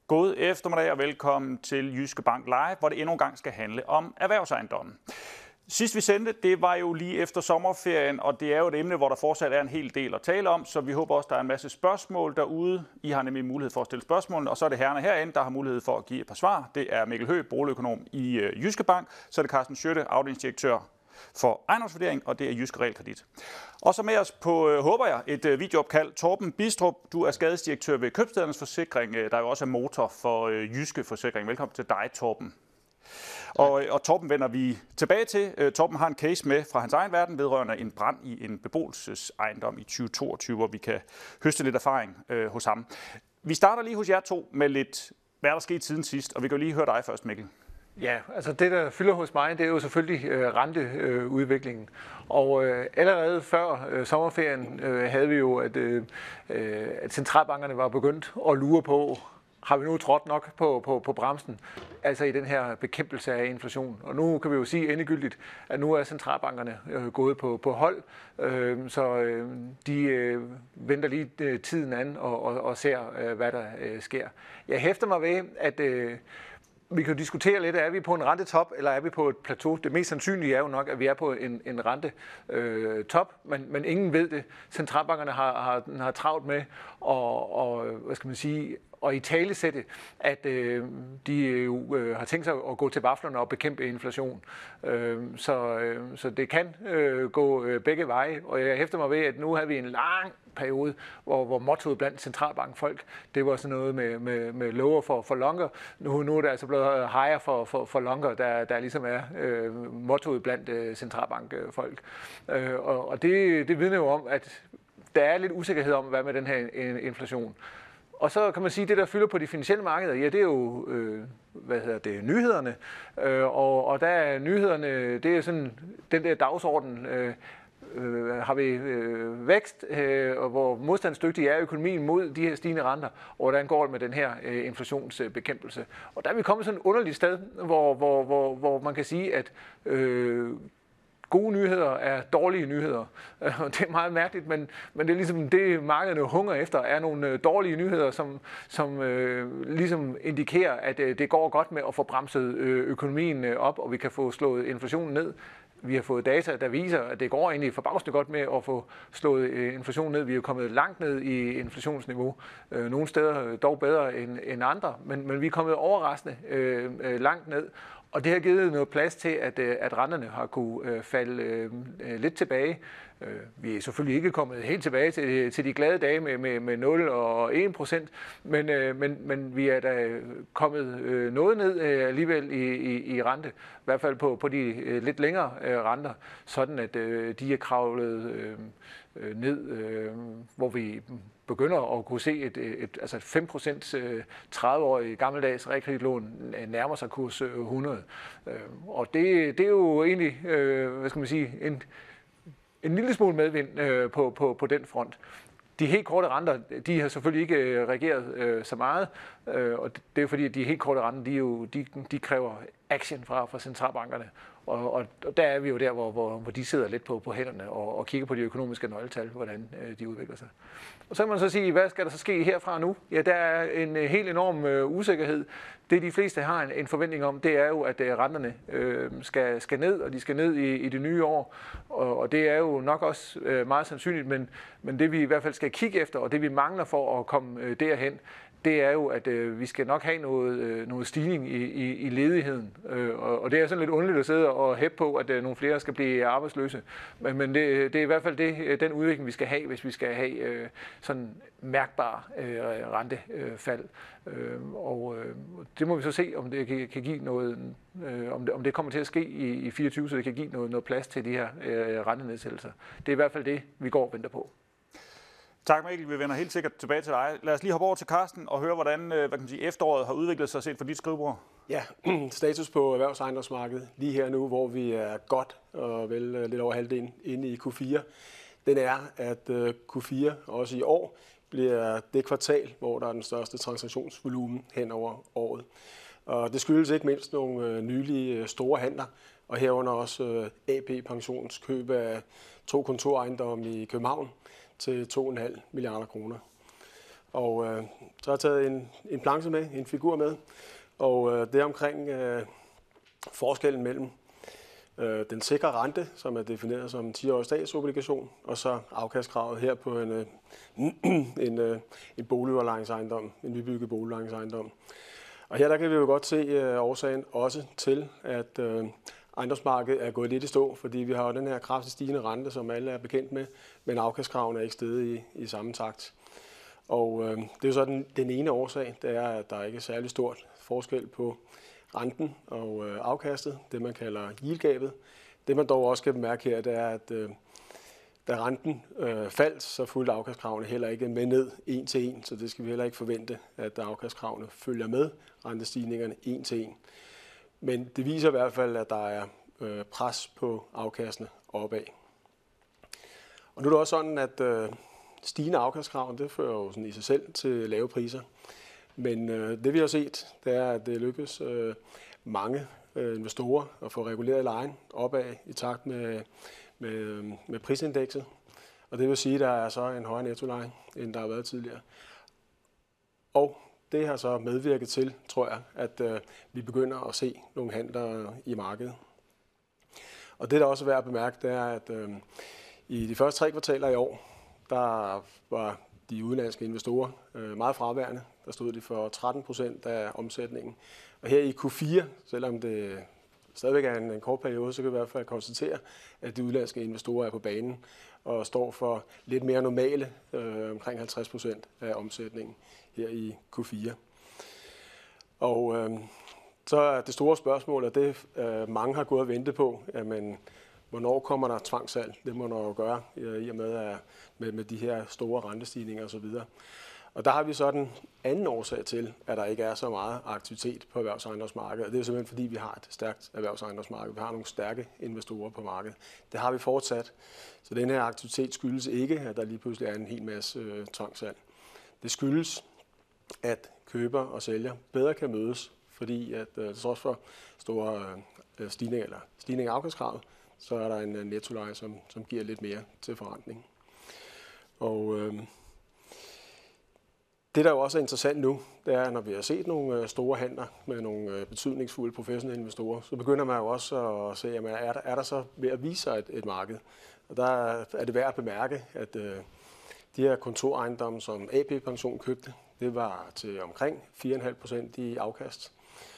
God eftermiddag og velkommen til Jyske Bank Live, hvor det endnu en gang skal handle om erhvervsejendommen. Sidst vi sendte, det var jo lige efter sommerferien, og det er jo et emne, hvor der fortsat er en hel del at tale om, så vi håber også, der er en masse spørgsmål derude. I har nemlig mulighed for at stille spørgsmål, og så er det herrerne herinde, der har mulighed for at give et par svar. Det er Mikkel Høgh, boligøkonom i Jyske Bank, så er det Carsten Schøtte, afdelingsdirektør for ejendomsvurdering, og det er Jyske Realkredit. Og så med os på, håber jeg, et videoopkald. Torben Bistrup, du er skadesdirektør ved Købstædernes Forsikring, der jo også er motor for Jyske Forsikring. Velkommen til dig, Torben. Og Torben vender vi tilbage til. Torben har en case med fra hans egen verden vedrørende en brand i en beboelsesejendom i 2022, hvor vi kan høste lidt erfaring hos ham. Vi starter lige hos jer to med lidt, hvad er der sket siden sidst, og vi kan jo lige høre dig først, Mikkel. Ja, altså det, der fylder hos mig, det er jo selvfølgelig renteudviklingen. Og allerede før sommerferien havde vi jo, at centralbankerne var begyndt at lure på, har vi nu trådt nok på bremsen, altså i den her bekæmpelse af inflation. Og nu kan vi jo sige endegyldigt, at nu er centralbankerne gået på hold, så de venter lige tiden an og ser, hvad der sker. Jeg hæfter mig ved, at vi kan diskutere lidt, er vi på en rentetop, eller er vi på et plateau? Det mest sandsynlige er jo nok, at vi er på en rentetop, men ingen ved det. Centralbankerne har travlt med at italesætte, at de jo har tænkt sig at gå til vaflerne og bekæmpe inflation. Så det kan gå begge veje, og jeg hæfter mig ved, at nu har vi en lang periode, hvor mottoet blandt centralbankfolk, det var sådan noget med lower for longer. Nu er det altså blevet higher for longer, der ligesom er mottoet blandt centralbankfolk. Og det vidner jo om, at der er lidt usikkerhed om, hvad med den her inflation. Og så kan man sige, at det, der fylder på de finansielle markeder, ja, det er jo nyhederne. Og der er nyhederne, det er sådan den der dagsorden, har vi vækst, og hvor modstandsdygtig er økonomien mod de her stigende renter, og hvordan går det med den her inflationsbekæmpelse. Og der er vi kommet sådan et underligt sted, hvor man kan sige, at gode nyheder er dårlige nyheder. Det er meget mærkeligt, men det er ligesom det, markederne hunger efter, er nogle dårlige nyheder, som ligesom indikerer, at det går godt med at få bremset økonomien op, og vi kan få slået inflationen ned. Vi har fået data, der viser, at det går egentlig forbavsende godt med at få slået inflationen ned. Vi er kommet langt ned i inflationsniveau. Nogle steder dog bedre end andre, men vi er kommet overraskende langt ned. Og det har givet noget plads til, at renterne har kunne falde lidt tilbage. Vi er selvfølgelig ikke kommet helt tilbage til de glade dage med 0 og 1%, men vi er da kommet noget ned alligevel i rente, i hvert fald på de lidt længere renter, sådan at de er kravlet ned, hvor vi begynder at kunne se et 5% 30-årig gammeldags realkreditlån nærmer sig kurs 100. Og det er jo egentlig, en lille smule medvind på den front. De helt korte renter, de har selvfølgelig ikke reageret så meget, og det er jo fordi, at de helt korte renter, de kræver action fra centralbankerne. Og der er vi jo der, hvor de sidder lidt på hænderne og kigger på de økonomiske nøgletal, hvordan de udvikler sig. Og så kan man så sige, hvad skal der så ske herfra nu? Ja, der er en helt enorm usikkerhed. Det de fleste har en forventning om, det er jo, at renterne skal ned, og de skal ned i det nye år. Og det er jo nok også meget sandsynligt, men det vi i hvert fald skal kigge efter, og det vi mangler for at komme derhen, det er jo, at vi skal nok have noget stigning i ledigheden. Og det er sådan lidt underligt at sidde og hæppe på, at nogle flere skal blive arbejdsløse. Men det er i hvert fald den udvikling, vi skal have, hvis vi skal have sådan mærkbar rentefald. Og det må vi så se, om det kan give noget, om det kommer til at ske i 24, så det kan give noget plads til de her rentenedsættelser. Det er i hvert fald det, vi går og venter på. Tak, Mikkel. Vi vender helt sikkert tilbage til dig. Lad os lige hoppe over til Carsten og høre, hvordan efteråret har udviklet sig set for dit skrivebord. Ja, status på erhvervsejendomsmarkedet lige her nu, hvor vi er godt og vel lidt over halvdelen inde i Q4. Den er, at Q4 også i år bliver det kvartal, hvor der er den største transaktionsvolumen hen over året. Og det skyldes ikke mindst nogle nylige store handler, og herunder også AP Pensions køb af 2 kontorejendomme i København til 2,5 milliarder kroner. Og så har jeg taget en planche med, en figur med, og det er omkring forskellen mellem den sikre rente, som er defineret som 10-årig statsobligation, og så afkastkravet her på en boligudlejningsejendom, en nybygget boligudlejningsejendom. Og her der kan vi jo godt se årsagen også til, at ejendomsmarkedet er gået lidt i stå, fordi vi har jo den her kraftigt stigende rente, som alle er bekendt med, men afkastkravene er ikke steget i samme takt. Og det er jo så den ene årsag, det er, at der ikke er særlig stort forskel på renten og afkastet, det man kalder yieldgabet. Det man dog også skal bemærke her, det er, at da renten faldt, så fulgte afkastkravene heller ikke med ned 1 til 1, så det skal vi heller ikke forvente, at afkastkravene følger med rentestigningerne 1 til 1. Men det viser i hvert fald, at der er pres på afkastene opad. Og nu er det også sådan, at stigende afkastkrav, det fører jo sådan i sig selv til lave priser. Men det vi har set, det er, at det lykkes mange investorer at få reguleret lejen opad i takt med prisindekset. Og det vil sige, at der er så en højere nettoleje, end der har været tidligere. Og det har så medvirket til, tror jeg, at vi begynder at se nogle handler i markedet. Og det, der også er værd at bemærke, det er, at i de første 3 kvartaler i år, der var de udenlandske investorer meget fraværende. Der stod de for 13% af omsætningen. Og her i Q4, selvom det stadigvæk er en kort periode, så kan vi i hvert fald konstatere, at de udenlandske investorer er på banen og står for lidt mere normale, omkring 50% af omsætningen her i Q4. Og så er det store spørgsmål, og det mange har gået og ventet på, jamen, hvornår kommer der tvangssalg? Det må der jo gøre i og med de her store rentestigninger osv. Og der har vi så den anden årsag til, at der ikke er så meget aktivitet på erhvervsejendomsmarkedet. Det er simpelthen fordi, vi har et stærkt erhvervsejendomsmarked. Vi har nogle stærke investorer på markedet. Det har vi fortsat. Så den her aktivitet skyldes ikke, at der lige pludselig er en hel masse tvangssalg. Det skyldes, at køber og sælger bedre kan mødes, fordi at trods for store stigning af afkastkravet, så er der en nettoleje, som giver lidt mere til forrentning. Og det, der jo også er interessant nu, det er, når vi har set nogle store handler med nogle betydningsfulde professionelle investorer, så begynder man jo også at se, jamen, er der så ved at vise sig et marked. Og der er det værd at bemærke, at de her kontorejendomme, som AP Pension købte, det var til omkring 4,5% i afkast.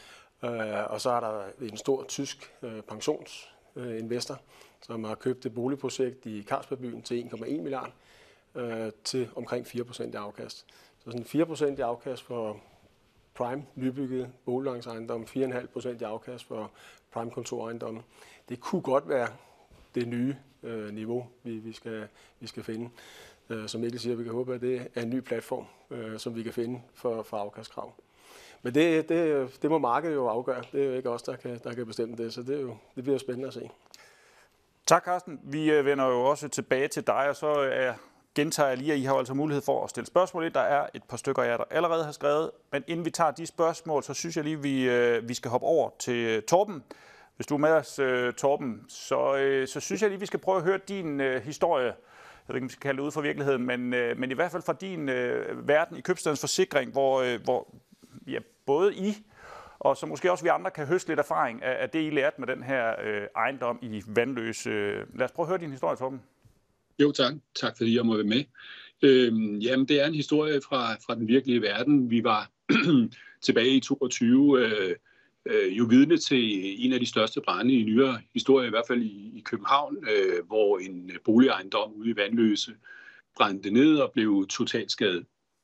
Og så er der en stor tysk pensionsinvestor, som har købt et boligprojekt i Carlsbergbyen til 1,1 milliard til omkring 4% i afkast. Så sådan 4% i afkast for prime nybyggede boligejendom, 4,5% i afkast for prime kontorejendomme. Det kunne godt være det nye niveau, vi skal finde. Som Mikkel siger, vi kan håbe, at det er en ny platform, som vi kan finde for afkastkrav. Men det må markedet jo afgøre. Det er jo ikke os, der kan bestemme det, så det bliver jo spændende at se. Tak, Carsten. Vi vender jo også tilbage til dig, og så gentager jeg lige, at I har altså mulighed for at stille spørgsmål. Der er et par stykker af jer, der allerede har skrevet. Men inden vi tager de spørgsmål, så synes jeg lige, vi skal hoppe over til Torben. Hvis du er med os, Torben, så synes jeg lige, vi skal prøve at høre din historie. Jeg ved ikke, om vi skal kalde det ud fra virkeligheden, men i hvert fald fra din verden i Købstadens Forsikring, hvor ja, både I og så måske også vi andre kan høste lidt erfaring af det, I lærte med den her ejendom i Vanløse. Lad os prøve at høre din historie, Torben. Jo, tak. Tak fordi jeg må være med. Jamen, det er en historie fra den virkelige verden. Vi var tilbage i 2022 jo vidne til en af de største brande i nyere historie, i hvert fald i København, hvor en boligejendom ude i Vanløse brændte ned og blev totalt skadet.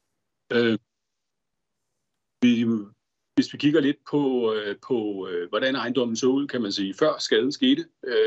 Hvis vi kigger lidt på hvordan ejendommen så ud, kan man sige, før skaden skete,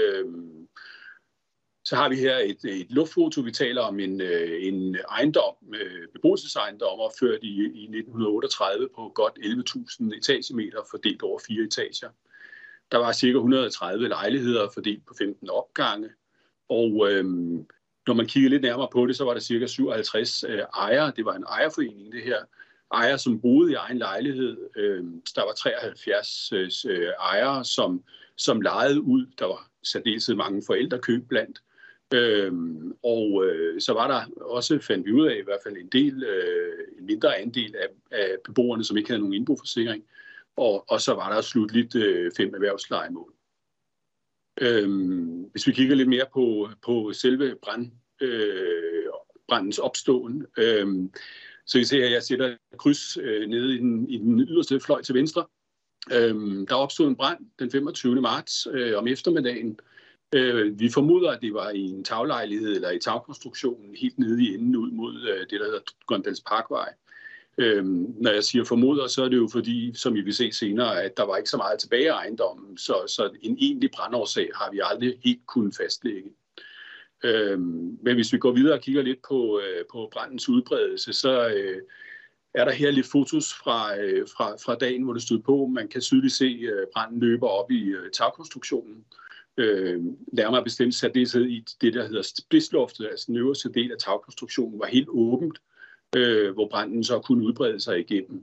så har vi her et luftfoto. Vi taler om en ejendom, beboelsesejendom, opført i 1938 på godt 11.000 etagemeter, fordelt over 4 etager. Der var ca. 130 lejligheder fordelt på 15 opgange, og når man kigger lidt nærmere på det, så var der ca. 57 ejere. Det var en ejerforening, det her. Ejere, som boede i egen lejlighed. Der var 73 ejere, som lejede ud. Der var særdeles mange forældrekøb blandt. Så var der også, fandt vi ud af i hvert fald en mindre andel af beboerne, som ikke havde nogen indboforsikring. Og så var der slutligt 5 erhvervslejemål. Hvis vi kigger lidt mere på selve brandens opståen, så kan I se, at jeg sætter et kryds nede i den yderste fløj til venstre. Der opstod en brand den 25. marts om eftermiddagen. Vi formoder, at det var i en taglejlighed eller i tagkonstruktionen helt nede i enden ud mod det, der hedder Gondals Parkvej. Når jeg siger formoder, så er det jo fordi, som I vil se senere, at der var ikke så meget tilbage af ejendommen, så en egentlig brandårsag har vi aldrig helt kunnet fastlægge. Men hvis vi går videre og kigger lidt på brandens udbredelse, så er der her lidt fotos fra dagen, hvor det stod på. Man kan tydeligt se, at branden løber op i tagkonstruktionen. Nærmere bestemt særdeleshed i det, der hedder spidsloftet, altså den øverste del af tagkonstruktionen, var helt åbent, hvor branden så kunne udbrede sig igennem.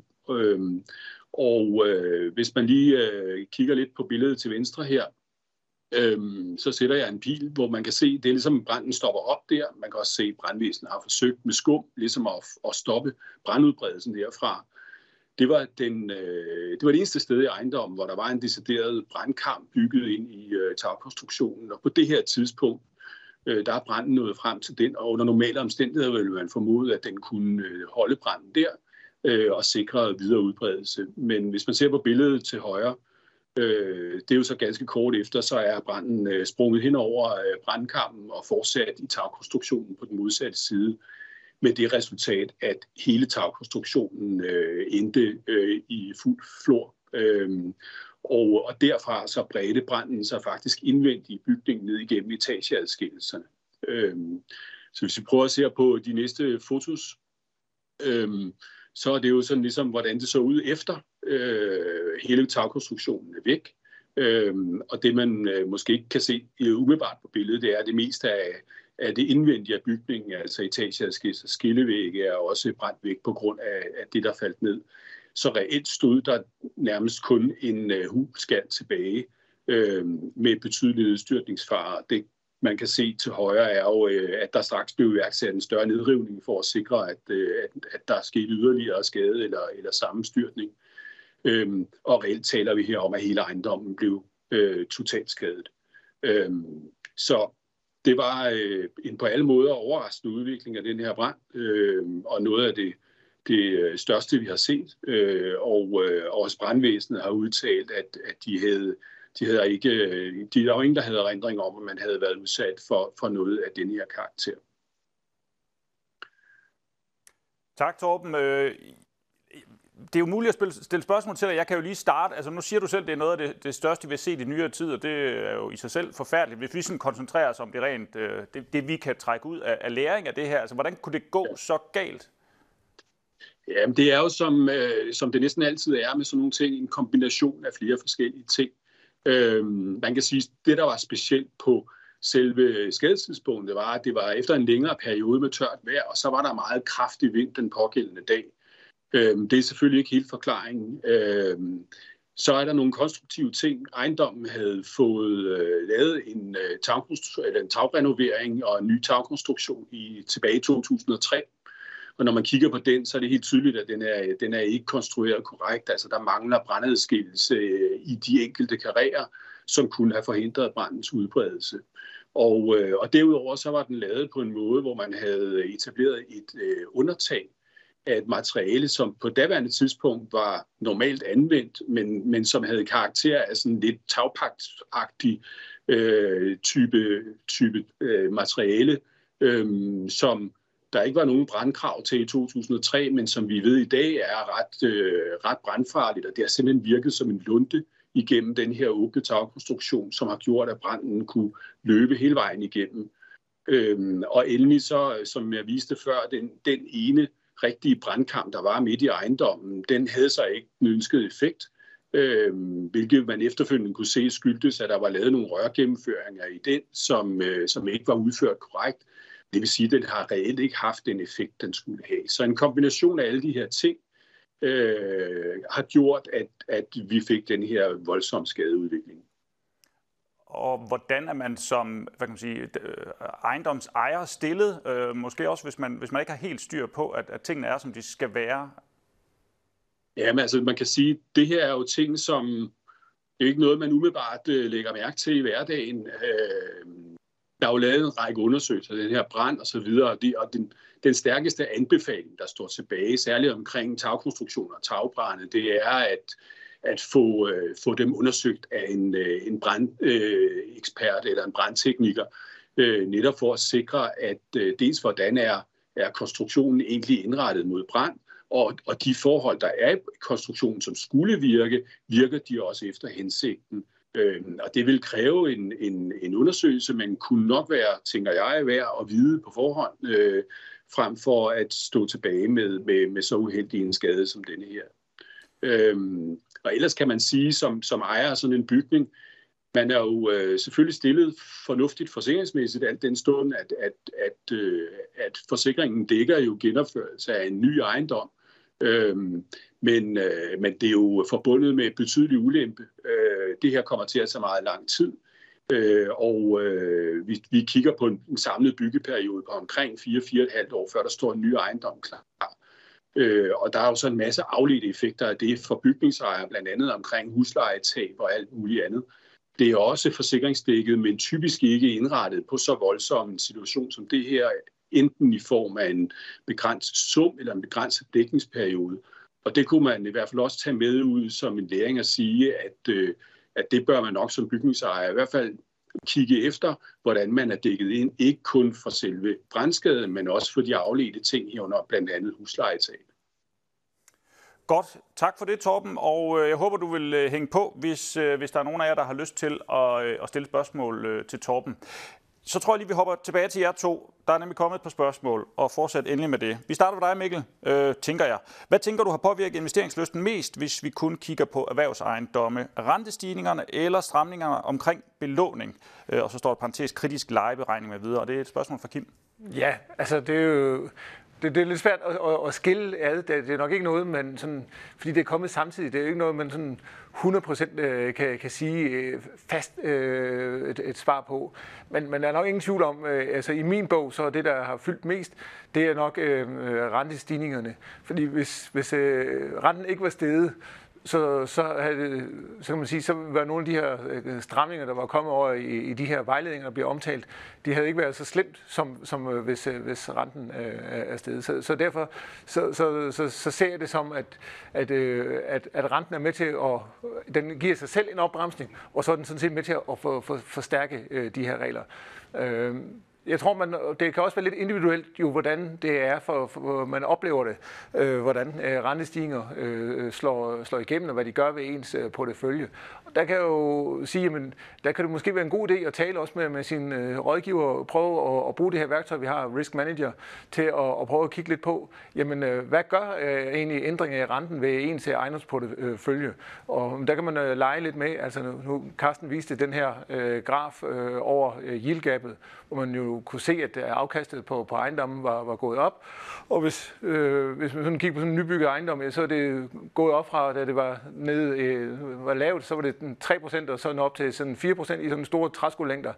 Hvis man lige kigger lidt på billedet til venstre her, så sætter jeg en pil, hvor man kan se, det er ligesom branden stopper op der. Man kan også se, at brandvæsenet har forsøgt med skum ligesom at stoppe brandudbredelsen derfra. Det var det eneste sted i ejendommen, hvor der var en decideret brandkamp bygget ind i tagkonstruktionen. Og på det her tidspunkt, der er branden nået frem til den, og under normale omstændigheder ville man formode, at den kunne holde branden der og sikre videre udbredelse. Men hvis man ser på billedet til højre, det er jo så ganske kort efter, så er branden sprunget hen over brandkampen og fortsat i tagkonstruktionen på den modsatte side, med det resultat, at hele tagkonstruktionen endte i fuld flor. Og derfra så bredte branden sig faktisk indvendigt i bygningen ned igennem etageadskillelserne. Så hvis vi prøver at se på de næste fotos, så er det jo sådan ligesom, hvordan det så ud efter hele tagkonstruktionen er væk. Og det man måske ikke kan se umiddelbart på billedet, det er, at det meste af det indvendige af bygningen, altså etageadskillelser, skillevægge, er også brændt væk på grund af det, der faldt ned. Så reelt stod der nærmest kun en hulskal tilbage med betydelig nedstyrtningsfare. Det man kan se til højre er jo, at der straks blev iværksat en større nedrivning for at sikre, at der er sket yderligere skade eller sammenstyrtning. Og reelt taler vi her om, at hele ejendommen blev totalt skadet. Så det var en på alle måder overraskende udvikling af den her brand, og noget af det største, vi har set. Og også brandvæsenet har udtalt, at der var ingen, der havde erindring om, at man havde været udsat for noget af den her karakter. Tak, Torben. Det er jo muligt at stille spørgsmål til dig. Jeg kan jo lige starte. Altså, nu siger du selv, at det er noget af det største, vi har set i nyere tid, og det er jo i sig selv forfærdeligt. Hvis vi sådan koncentrerer os om det rent, det vi kan trække ud af læring af det her, altså hvordan kunne det gå så galt? Jamen, det er jo som det næsten altid er med sådan nogle ting, en kombination af flere forskellige ting. Man kan sige, at det, der var specielt på selve skadestidspunktet, var, at det var efter en længere periode med tørt vejr, og så var der meget kraftig vind den pågældende dag. Det er selvfølgelig ikke helt forklaringen. Så er der nogle konstruktive ting. Ejendommen havde fået lavet en tagrenovering og en ny tagkonstruktion tilbage i 2003. Og når man kigger på den, så er det helt tydeligt, at den er ikke konstrueret korrekt. Altså, der mangler brandadskillelse i de enkelte karrierer, som kunne have forhindret brandens udbredelse. Og derudover så var den lavet på en måde, hvor man havde etableret et undertag af et materiale, som på daværende tidspunkt var normalt anvendt, men som havde karakter af sådan lidt tagpagtagtig type materiale, som der ikke var nogen brandkrav til i 2003, men som vi ved i dag er ret brandfarligt, og det har simpelthen virket som en lunte igennem den her åbne tagkonstruktion, som har gjort, at branden kunne løbe hele vejen igennem. Og endelig så, som jeg viste før, den ene rigtige brandkamp, der var midt i ejendommen, den havde så ikke den ønskede effekt, hvilket man efterfølgende kunne se skyldtes, at der var lavet nogle rørgennemføringer i den, som ikke var udført korrekt. Det vil sige, at den har reelt ikke haft den effekt, den skulle have. Så en kombination af alle de her ting har gjort, at vi fik den her voldsomme skadeudvikling. og hvordan er man som ejendomsejer stillet? Måske også, hvis man ikke har helt styr på, at tingene er, som de skal være. Ja, men altså man kan sige, at det her er jo ting, som ikke noget, man umiddelbart lægger mærke til i hverdagen. Der er jo lavet en række undersøgelser af den her brand og så videre, og den stærkeste anbefaling, der står tilbage, særligt omkring tagkonstruktioner og tagbrande, det er at få dem undersøgt af en brandekspert eller en brandtekniker, netop for at sikre, at dels hvordan er konstruktionen egentlig indrettet mod brand, og de forhold, der er i konstruktionen, som skulle virker de også efter hensigten. Og det vil kræve en undersøgelse, men kunne nok være, tænker jeg, værd at vide på forhånd, frem for at stå tilbage med så uheldig en skade som denne her. Og ellers kan man sige, som ejer af sådan en bygning, man er jo selvfølgelig stillet fornuftigt forsikringsmæssigt, alt den stund, at forsikringen dækker jo genopførelse af en ny ejendom. Men det er jo forbundet med betydelig ulempe. Det her kommer til at tage meget lang tid, og vi kigger på en samlet byggeperiode på omkring 4,5 år, før der står en ny ejendom klar. Og der er jo så en masse afledte effekter af det for bygningsejere, blandt andet omkring huslejetab og alt muligt andet. Det er også forsikringsdækket, men typisk ikke indrettet på så voldsom en situation som det her, enten i form af en begrænset sum eller en begrænset dækningsperiode. Og det kunne man i hvert fald også tage med ud som en læring at sige, at det bør man nok som bygningsejer i hvert fald kigge efter, hvordan man er dækket ind, ikke kun for selve brandskaden, men også for de afledte ting herunder, blandt andet huslejetab. Godt, tak for det, Torben, og jeg håber, du vil hænge på, hvis der er nogen af jer, der har lyst til at stille spørgsmål til Torben. Så tror jeg lige, vi hopper tilbage til jer to. Der er nemlig kommet et par spørgsmål, og fortsæt endelig med det. Vi starter med dig, Mikkel, tænker jeg. Hvad tænker du har påvirket investeringslysten mest, hvis vi kun kigger på erhvervsejendomme? Rentestigningerne eller stramningerne omkring belåning? Og så står der parentes kritisk lejeberegning med videre, og det er et spørgsmål fra Kim. Ja, altså det er jo... Det er lidt svært at skille ad. Det er nok ikke noget, man sådan, fordi det er kommet samtidig. Det er jo ikke noget, man sådan 100% kan sige fast et svar på. Men der er nok ingen tvivl om, altså i min bog, så er det, der har fyldt mest, det er nok rentestigningerne. Fordi hvis renten ikke var steget, så kan man sige, så var nogle af de her stramninger, der var kommet over i de her vejledninger, der bliver omtalt, de havde ikke været så slemt, som hvis renten er steget. Så derfor så ser jeg det som, at renten er med til den giver sig selv en opbremsning, og så er den sådan set med til at forstærke de her regler. Jeg tror, det kan også være lidt individuelt, jo, hvordan det er, for man oplever det, hvordan rentestigninger slår igennem, og hvad de gør ved ens portefølje. Og der kan jeg jo sige, at der kan det måske være en god idé at tale også med sin rådgiver, og prøve at bruge det her værktøj, vi har, Risk Manager, til at prøve at kigge lidt på, jamen, hvad gør egentlig ændringer i renten ved ens ejendomsportefølje? Og der kan man lege lidt med, altså nu Carsten viste den her graf over yield-gabet, hvor man jo kunne se, at afkastet på ejendommen var gået op. Og hvis man sådan kigger på sådan en nybygget ejendom, så er det gået op fra, da det var nede, var lavt, så var det 3%, og sådan op til sådan 4% i sådan store træskolængder.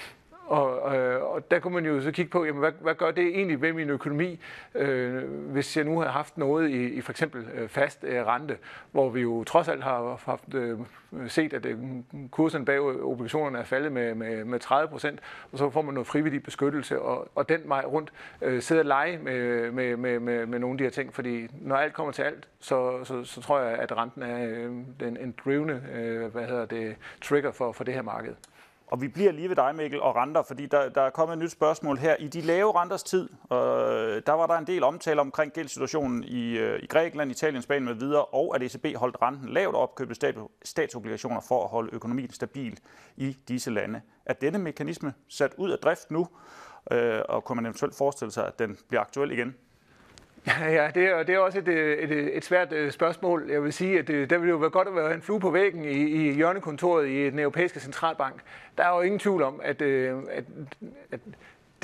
Og der kunne man jo så kigge på, jamen, hvad gør det egentlig ved min økonomi, hvis jeg nu har haft noget i for eksempel fast rente, hvor vi jo trods alt har set, at kurserne bag obligationerne er faldet med 30%, og så får man noget frivillig beskyttelse, og den vej rundt sidder og lege med nogle af de her ting, fordi når alt kommer til alt, så tror jeg, at renten er en drivende trigger for det her marked. Og vi bliver lige ved dig, Mikkel, og renter, fordi der er kommet et nyt spørgsmål her. I de lave renters tid, der var der en del omtale omkring gældssituationen i Grækenland, Italien, Spanien med videre, og at ECB holdt renten lavt og opkøbte statsobligationer for at holde økonomien stabil i disse lande. Er denne mekanisme sat ud af drift nu, og kunne man eventuelt forestille sig, at den bliver aktuel igen? Ja, det er også et svært spørgsmål. Jeg vil sige, at der ville jo være godt at være en flue på væggen i hjørnekontoret i den europæiske centralbank. Der er jo ingen tvivl om, at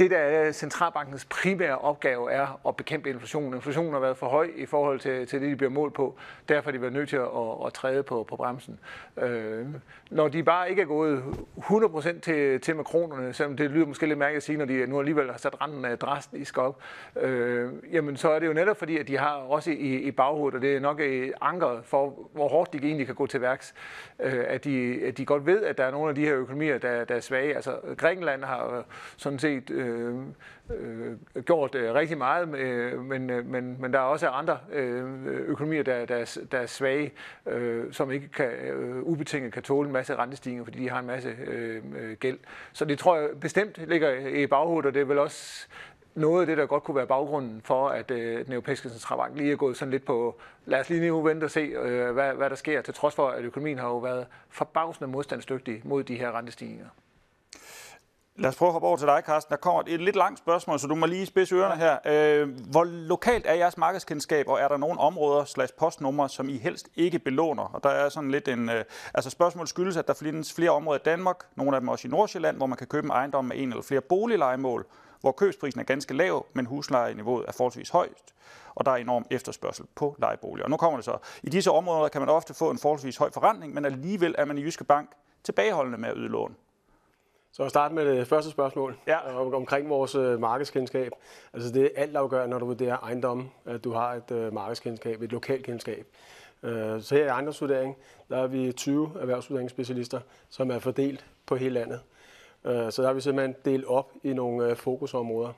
Det, der er centralbankens primære opgave, er at bekæmpe inflationen. Inflationen har været for høj i forhold til det, de bliver målt på. Derfor har de været nødt til at træde på bremsen. Når de bare ikke er gået 100% til makronerne, selvom det lyder måske lidt mærkeligt at sige, når de nu alligevel har sat renten drastisk op, jamen så er det jo netop fordi, at de har også i baghovedet, og det er nok et anker for, hvor hårdt de egentlig kan gå til værks, at de godt ved, at der er nogle af de her økonomier, der er svage. Altså Grækenland har sådan set gjort rigtig meget, men der er også andre økonomier, der er svage, som ikke ubetinget kan tåle en masse rentestigninger, fordi de har en masse gæld. Så det tror jeg bestemt ligger i baghovedet, og det er vel også noget af det, der godt kunne være baggrunden for, at den europæiske centralbank lige er gået sådan lidt på, lad os lige nu vente og se, hvad der sker, til trods for, at økonomien har jo været forbavsende modstandsdygtig mod de her rentestigninger. Lad os prøve at hoppe over til dig, Carsten. Der kommer et lidt langt spørgsmål, så du må lige spidse ørerne her. Hvor lokalt er jeres markedskendskab, og er der nogle områder / postnumre, som I helst ikke belåner? Og der er sådan lidt altså spørgsmålet skyldes, at der findes flere områder i Danmark, nogle af dem også i Nordsjælland, hvor man kan købe en ejendom med en eller flere boliglejemål, hvor købsprisen er ganske lav, men huslejeniveauet er forholdsvis højt, og der er enorm efterspørgsel på lejeboliger. Og nu kommer det så. I disse områder kan man ofte få en forholdsvis høj forrentning, men alligevel er man i Jyske Bank tilbageholdende med at yde lån. Så at starte med det første spørgsmål omkring vores markedskendskab. Altså det er altafgørende, når du vurderer ejendomme, at du har et markedskendskab, et lokalkendskab. Så her i ejendomsvurdering, der er vi 20 erhvervsvurderingsspecialister, som er fordelt på hele landet. Så der har vi simpelthen delt op i nogle fokusområder.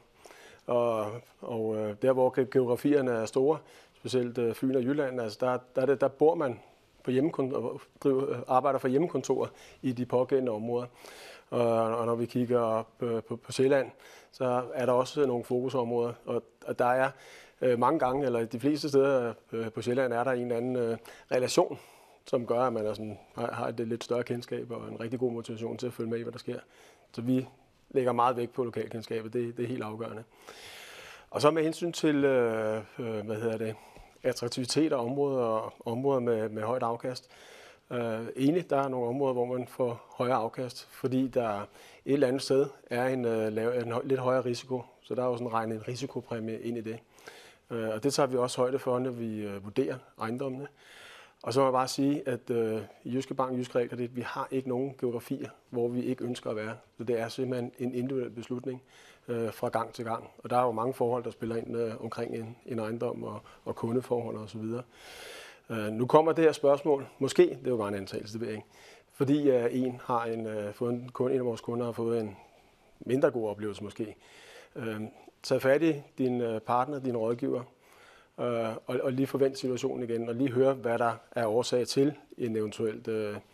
Og der, hvor geografierne er store, specielt Fyn og Jylland, altså der bor man på arbejder for hjemmekontorer i de pågældende områder. Og når vi kigger op på Sjælland, så er der også nogle fokusområder. Og der er mange gange, eller de fleste steder på Sjælland, er der en eller anden relation, som gør, at man har et lidt større kendskab og en rigtig god motivation til at følge med i, hvad der sker. Så vi lægger meget vægt på lokalkendskabet. Det er helt afgørende. Og så med hensyn til attraktivitet og områder med højt afkast. Enig, der er nogle områder, hvor man får højere afkast, fordi der et eller andet sted er en lidt højere risiko. Så der er jo sådan regnet en risikopræmie ind i det. Og det tager vi også højde for, når vi vurderer ejendommene. Og så må jeg bare sige, at i Jyske Bank, Jysk Realkredit, vi har ikke nogen geografier, hvor vi ikke ønsker at være. Så det er simpelthen en individuel beslutning fra gang til gang. Og der er jo mange forhold, der spiller ind omkring en ejendom og kundeforhold osv. Nu kommer det her spørgsmål, måske, det er jo bare en antagelse, det ved jeg ikke, fordi en af vores kunder har fået en mindre god oplevelse måske. Tag fat i din partner, din rådgiver, og lige forvent situationen igen, og lige høre, hvad der er årsag til en eventuelt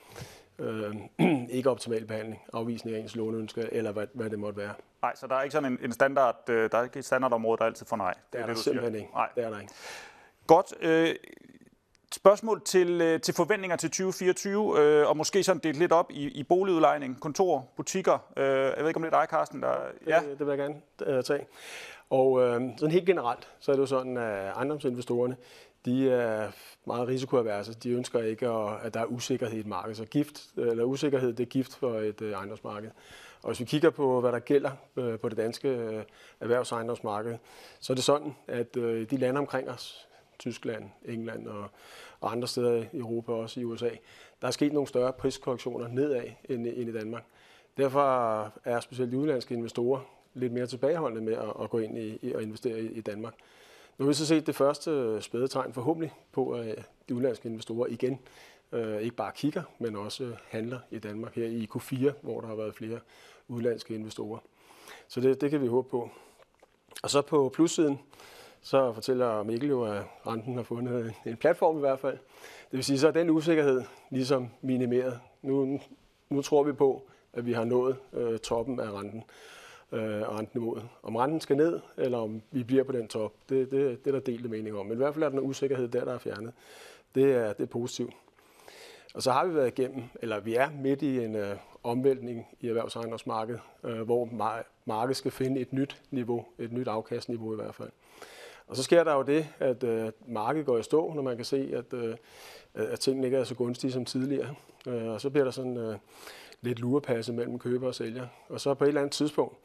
ikke optimal behandling, afvisning af ens låneønsker, eller hvad det måtte være. Nej, så der er ikke sådan en standard, der er ikke et standardområde, der altid får nej. Det er der simpelthen ikke. Nej. Det er der ikke. Godt. Spørgsmål til forventninger til 2024, og måske sådan delt lidt op i boligudlejning, kontor, butikker. Jeg ved ikke, om det er dig, Carsten, der... Ja, det vil jeg gerne tage. Og sådan helt generelt, så er det jo sådan, at ejendomsinvestorerne, de er meget risikoaverse. De ønsker ikke, at der er usikkerhed i et marked. Så usikkerhed, det er gift for et ejendomsmarked. Og hvis vi kigger på, hvad der gælder på det danske erhvervsejendomsmarked, så er det sådan, at de lande omkring os, Tyskland, England og andre steder i Europa, også i USA, der er sket nogle større priskorrektioner nedad end i Danmark. Derfor er specielt de udenlandske investorer lidt mere tilbageholdende med at gå ind i og investere i Danmark. Nu har vi så set det første spædetegn forhåbentlig på, at de udenlandske investorer igen ikke bare kigger, men også handler i Danmark her i Q4, hvor der har været flere udenlandske investorer. Så det kan vi håbe på. Og så på plussiden, så fortæller Mikkel jo, at renten har fundet en platform i hvert fald. Det vil sige, så er den usikkerhed ligesom minimeret. Nu tror vi på, at vi har nået toppen af renten og renteniveauet. Om renten skal ned, eller om vi bliver på den top, det er der delte mening om. Men i hvert fald er der en usikkerhed der er fjernet. Det er positivt. Og så har vi været igennem, eller vi er midt i en omvæltning i erhvervsejendomsmarkedet, hvor markedet skal finde et nyt niveau, et nyt afkastniveau i hvert fald. Og så sker der jo det, at markedet går i stå, når man kan se, at tingene ikke er så gunstige som tidligere. Og så bliver der sådan lidt lurepasse mellem køber og sælger. Og så på et eller andet tidspunkt,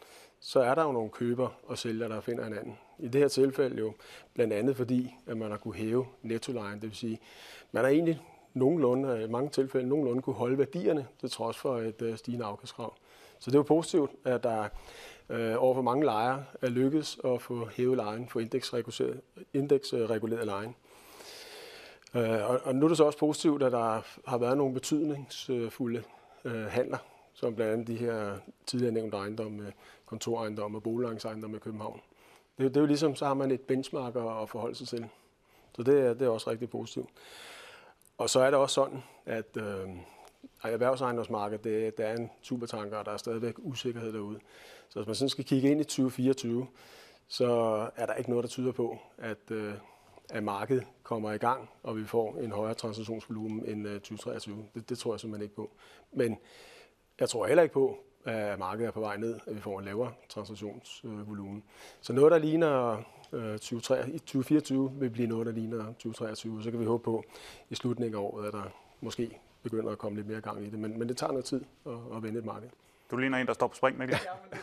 så er der jo nogle køber og sælgere, der finder hinanden. I det her tilfælde jo blandt andet fordi, at man har kunne hæve nettolejen, det vil sige, man har egentlig i mange tilfælde nogenlunde kunne holde værdierne til trods for et stigende afkastkrav. Så det er jo positivt, at der overfor mange lejere er lykkedes at få hævet lejen, få indeksreguleret lejen. Og nu er det så også positivt, at der har været nogle betydningsfulde handler, som blandt andet de her tidligere nævnte ejendomme, kontorejendomme og boligejendomme i København. Det er jo ligesom, så har man et benchmark at forholde sig til. Så det er også rigtig positivt. Og så er det også sådan, at erhvervsejendomsmarkedet, det er en supertanker, og der er stadigvæk usikkerhed derude. Så hvis man sådan skal kigge ind i 2024, så er der ikke noget, der tyder på, at markedet kommer i gang, og vi får en højere transaktionsvolumen end 2023. Det tror jeg simpelthen ikke på. Men jeg tror heller ikke på, at markedet er på vej ned, at vi får en lavere transaktionsvolumen. Så noget, der ligner 2024, vil blive noget, der ligner 2023. Så kan vi håbe på i slutningen af året, at der måske begynder at komme lidt mere gang i det. Men det tager noget tid at vende et marked. Du ligner en, der står på spring, Mikkel.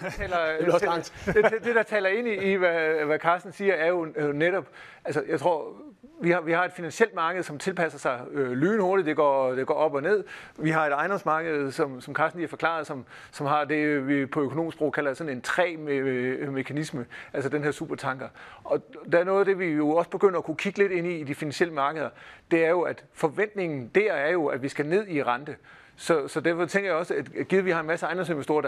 Det, der taler ind i, hvad Carsten siger, er jo netop, altså jeg tror, vi har et finansielt marked, som tilpasser sig lynhurtigt, det går op og ned. Vi har et ejendomsmarked, som Carsten lige har forklaret, som har det, vi på økonomisk sprog kalder sådan en træ-mekanisme, altså den her supertanker. Og der er noget af det, vi jo også begynder at kunne kigge lidt ind i de finansielle markeder, det er jo, at forventningen der er jo, at vi skal ned i rente. Så derfor tænker jeg også, at givet vi har en masse ejendomsinvestorer, der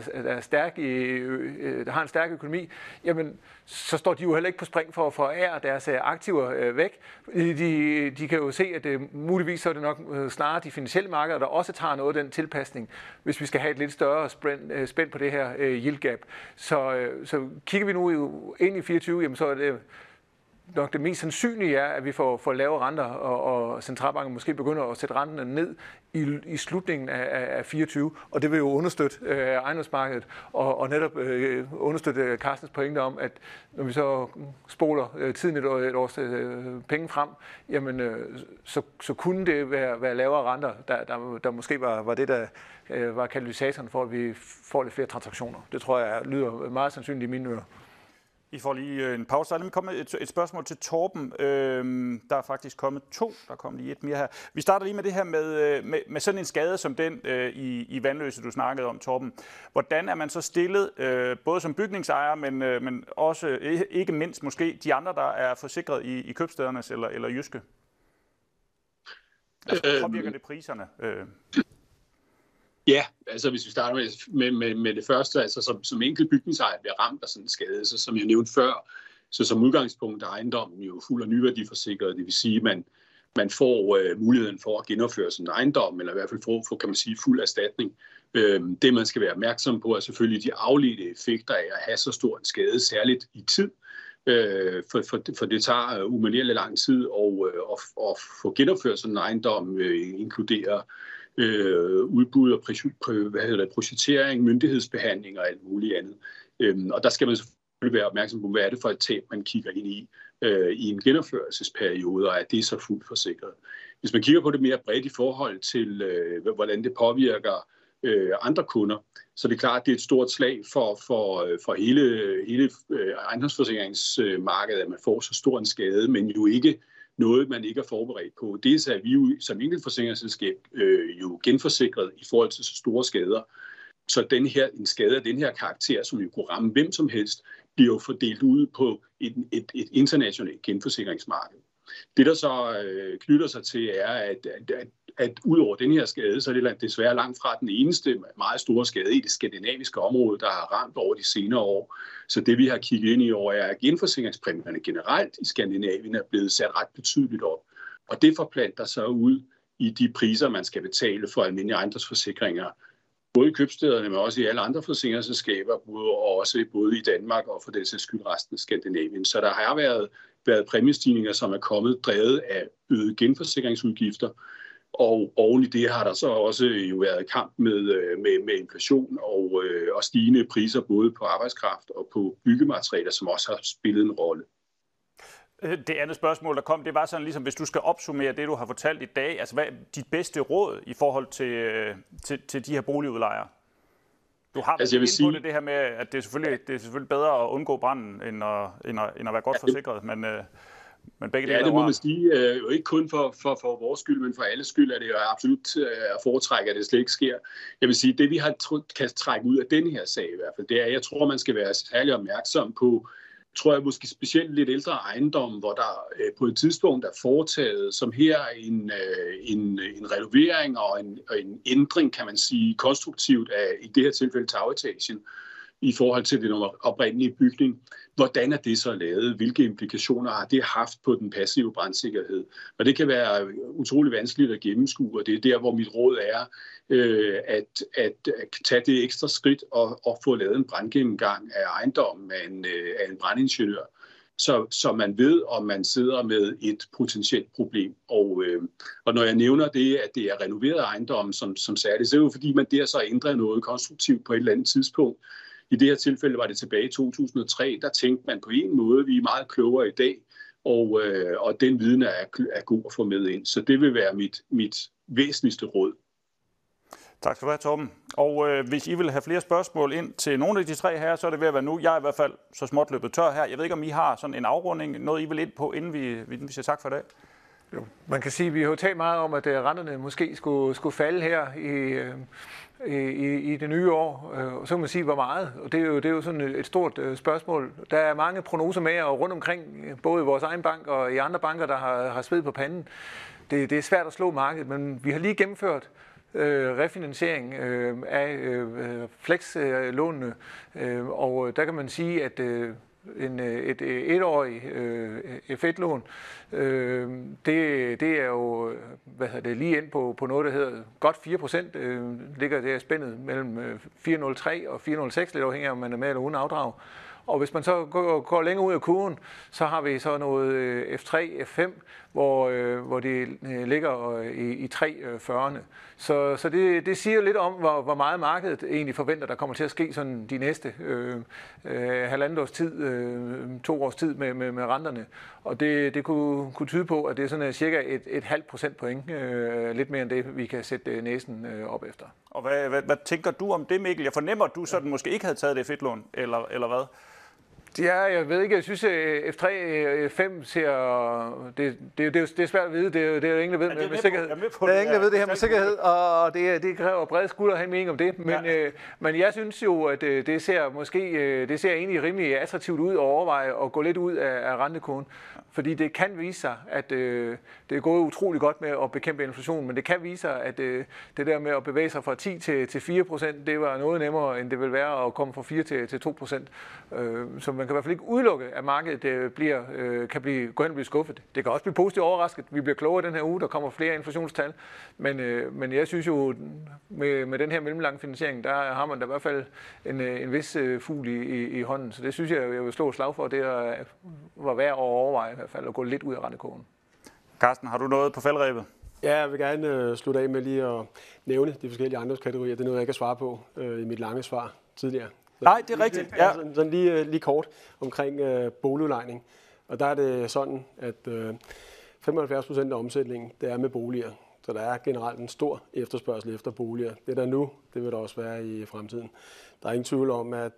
har en stærk økonomi, jamen, så står de jo heller ikke på spring for at forære deres aktiver væk. De kan jo se, at det muligvis så er det nok snarere de finansielle markeder, der også tager noget af den tilpasning, hvis vi skal have et lidt større spænd på det her yield gap. Så kigger vi nu ind i 24, jamen, så er det nok det mest sandsynlige er, at vi får lave renter, og centralbanken måske begynder at sætte renterne ned i slutningen af 24, og det vil jo understøtte ejendomsmarkedet, og netop understøtte Carstens pointe om, at når vi så spoler tiden et års penge frem, jamen, så kunne det være lavere renter, der måske var det, der var katalysatoren for, at vi får lidt flere transaktioner. Det tror jeg lyder meget sandsynligt i mine ører. I får lige en pause. Der er lige kommet et spørgsmål til Torben. Der er faktisk kommet 2. Der kommer lige et mere her. Vi starter lige med det her med sådan en skade som den i Vanløse, du snakkede om, Torben. Hvordan er man så stillet, både som bygningsejer, men også ikke mindst måske de andre, der er forsikret i købstædernes eller Jyske? Altså, påvirker det priserne? Ja, altså hvis vi starter med det første, altså som enkelt bygningsejer bliver ramt af sådan en skade, så som jeg nævnte før, så som udgangspunkt er ejendommen jo fuld af nyværdiforsikret, det vil sige, at man får muligheden for at genopføre sådan en ejendom, eller i hvert fald få, kan man sige, fuld erstatning. Det man skal være opmærksom på er selvfølgelig de afledte effekter af at have så stor en skade, særligt i tid, for det tager umanerligt lang tid at få genopført sådan en ejendom, inkluderer udbud og projektering, myndighedsbehandling og alt muligt andet. Og der skal man selvfølgelig være opmærksom på, hvad er det for et tab, man kigger ind i en genopførelsesperiode, og er det så fuldt forsikret. Hvis man kigger på det mere bredt i forhold til, hvordan det påvirker andre kunder, så er det klart, at det er et stort slag for hele ejendomsforsikringsmarkedet, at man får så stor en skade, men jo ikke noget, man ikke er forberedt på. Det er vi jo som enkeltforsikringsselskab jo genforsikret i forhold til så store skader. Så en skade af den her karakter, som jo kunne ramme hvem som helst, bliver jo fordelt ud på et internationalt genforsikringsmarked. Det, der så knytter sig til, er, at ud over den her skade, så er det desværre langt fra den eneste meget store skade i det skandinaviske område, der har ramt over de senere år. Så det, vi har kigget ind i år, er, at genforsikringspræmierne generelt i Skandinavien er blevet sat ret betydeligt op. Og det forplanter sig ud i de priser, man skal betale for almindelige ejendomsforsikringer, både i købstæderne, men også i alle andre forsikringsselskaber, både i Danmark og for den sags skyld resten af Skandinavien. Så der har været præmiestigninger, som er kommet drevet af øgede genforsikringsudgifter, og oven i det har der så også jo været kamp med inflation og stigende priser både på arbejdskraft og på byggematerialer, som også har spillet en rolle. Det andet spørgsmål, der kom, det var sådan ligesom, hvis du skal opsummere det, du har fortalt i dag, altså hvad er dit bedste råd i forhold til de her boligudlejere? Du har vel inde på det her med, at det er selvfølgelig bedre at undgå branden, end at være godt forsikret, men begge dele det må man sige. Jo ikke kun for vores skyld, men for alles skyld er det jo absolut at foretrække, at det slet ikke sker. Jeg vil sige, det vi kan trække ud af denne her sag i hvert fald, det er, at jeg tror, man skal være særlig opmærksom på, tror jeg måske specielt lidt ældre ejendomme, hvor der på et tidspunkt er foretaget, som her en renovering og en ændring, kan man sige, konstruktivt af, i det her tilfælde, tagetagen, i forhold til den oprindelige bygning. Hvordan er det så lavet? Hvilke implikationer har det haft på den passive brandsikkerhed? Og det kan være utrolig vanskeligt at gennemskue, og det er der, hvor mit råd er at tage det ekstra skridt og få lavet en brandgennemgang af ejendommen af en brandingeniør, så man ved, om man sidder med et potentielt problem. Og når jeg nævner det, at det er renoveret ejendommen som særligt, så er det jo fordi, man der så ændrer noget konstruktivt på et eller andet tidspunkt. I det her tilfælde var det tilbage i 2003, der tænkte man på en måde, vi er meget klogere i dag, og den viden er god at få med ind. Så det vil være mit væsentligste råd. Tak skal du have, Torben. Og hvis I vil have flere spørgsmål ind til nogle af de tre her, så er det ved at være nu. Jeg er i hvert fald så småt løbet tør her. Jeg ved ikke, om I har sådan en afrunding, noget I vil ind på, inden vi siger tak for i dag. Jo, man kan sige, at vi har jo talt meget om, at renterne måske skulle falde her i det nye år. Og så kan man sige, hvor meget. Og det er jo sådan et stort spørgsmål. Der er mange prognoser med, og rundt omkring, både i vores egen bank og i andre banker, der har sved på panden. Det er svært at slå markedet, men vi har lige gennemført refinansiering af flexlånene, og der kan man sige, at et etårig F1-lån, det er jo lige ind på noget, der hedder godt 4%, ligger der spændet mellem 4,03 og 4,06, lidt afhængig af, om man er med eller uden afdrag. Og hvis man så går længere ud af kurven, så har vi så noget F3, F5, hvor det ligger i 3,40'erne. Så det siger lidt om, hvor meget markedet egentlig forventer, der kommer til at ske sådan de næste halvandet års tid, 2 års tid med renterne. Og det kunne tyde på, at det er sådan cirka et halvt procentpoint, lidt mere end det, vi kan sætte næsen op efter. Og hvad tænker du om det, Mikkel? Jeg fornemmer, at du sådan måske ikke havde taget det F1-lån, eller hvad? Ja, jeg ved ikke. Jeg synes, F3, F5 ser... Det er svært at vide. Det er jo ingen, der ved med sikkerhed. Der er ingen, der ved det her med sikkerhed, og det kræver brede skuldre at have en mening om det. Men jeg synes jo, at det ser egentlig rimelig attraktivt ud at overveje at gå lidt ud af rentekurven. Fordi det kan vise sig, at det er gået utrolig godt med at bekæmpe inflation, men det kan vise sig, at det der med at bevæge sig fra 10 til 4%, det var noget nemmere, end det vil være at komme fra 4 til 2%. Så man kan i hvert fald ikke udelukke, at markedet kan gå hen og blive skuffet. Det kan også blive positivt overrasket. Vi bliver klogere den her uge, der kommer flere inflationstal. Men jeg synes jo, med den her mellemlange finansiering, der har man da i hvert fald en vis fugl i hånden. Så det synes jeg vil slå et slag for, det var værd at overveje i hvert fald at gå lidt ud af rentekurven. Carsten, har du noget på faldrebet? Ja, jeg vil gerne slutte af med lige at nævne de forskellige ejendomskategorier. Det er noget, jeg ikke kan svare på i mit lange svar tidligere. Nej, det er rigtigt. Ja. Sådan lige kort omkring boligudlejning. Og der er det sådan, at 75% af omsætningen, det er med boliger. Så der er generelt en stor efterspørgsel efter boliger. Det der nu, det vil der også være i fremtiden. Der er ingen tvivl om, at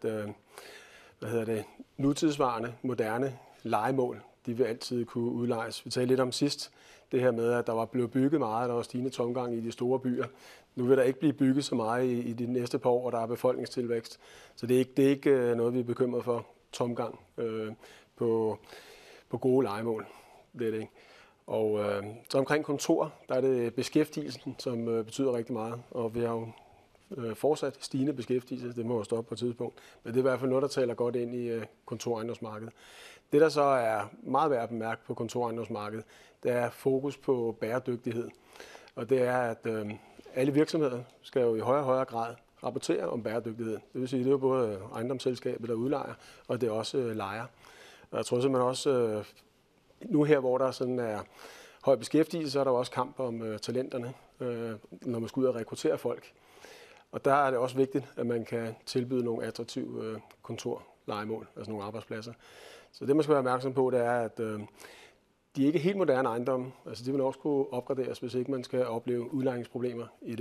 nutidsvarende, moderne lejemål, de vil altid kunne udlejes. Vi talte lidt om sidst, det her med, at der var blevet bygget meget, der var stigende tomgang i de store byer. Nu vil der ikke blive bygget så meget i de næste par år, og der er befolkningstilvækst. Så det er ikke noget, vi er bekymret for, tomgang på gode lejemål. Det er det ikke. Og så omkring kontor, der er det beskæftigelsen, som betyder rigtig meget. Og vi har jo fortsat stigende beskæftigelse, det må jo stoppe på et tidspunkt. Men det er i hvert fald noget, der taler godt ind i kontorejendomsmarkedet. Det, der så er meget værd at bemærke på kontorejendomsmarkedet, det er fokus på bæredygtighed. Og det er, at alle virksomheder skal jo i højere og højere grad rapportere om bæredygtighed. Det vil sige, at det er jo både ejendomsselskabet, der udlejer, og det er også lejer. Og jeg tror simpelthen også, nu her, hvor der sådan er høj beskæftigelse, så er der også kamp om talenterne, når man skal ud og rekruttere folk. Og der er det også vigtigt, at man kan tilbyde nogle attraktive kontorlejemål, altså nogle arbejdspladser. Så det, man skal være opmærksom på, det er, at de er ikke helt moderne ejendomme. Altså, de vil også kunne opgraderes, hvis ikke man skal opleve udlejningsproblemer i det.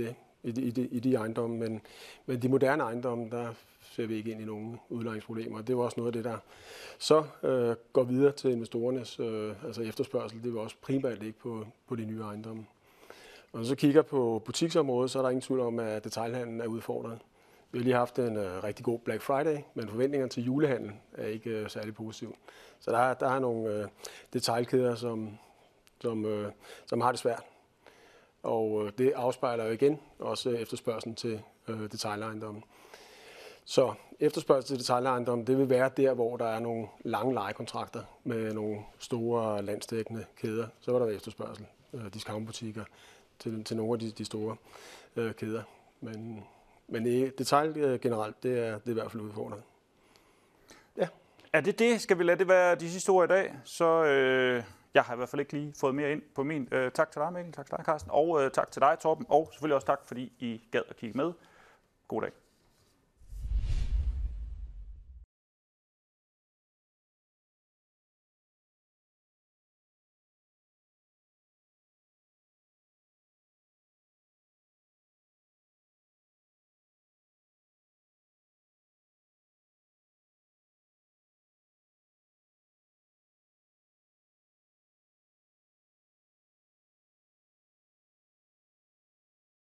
i de ejendomme, men de moderne ejendomme, der ser vi ikke ind i nogen udlejningsproblemer. Det er også noget af det, der så går videre til investorernes altså efterspørgsel. Det vil også primært ligge på de nye ejendomme. Og når man så kigger på butiksområdet, så er der ingen tvivl om, at detailhandlen er udfordret. Vi har lige haft en rigtig god Black Friday, men forventningerne til julehandel er ikke særlig positiv. Så der er nogle detailkæder, som har det svært. Og det afspejler jo igen også efterspørgselen til detailejendommen. Så efterspørgsel til detailejendommen, det vil være der, hvor der er nogle lange lejekontrakter med nogle store landsdækkende kæder. Så vil der være efterspørgsel, discountbutikker til nogle af de store kæder. Men detail generelt, det er i hvert fald udfordret. Ja. Er det? Skal vi lade det være de sidste ord i dag? Så jeg har i hvert fald ikke lige fået mere ind på min. Tak til dig, Mikkel. Tak til dig, Carsten. Og tak til dig, Torben. Og selvfølgelig også tak, fordi I gad at kigge med. God dag.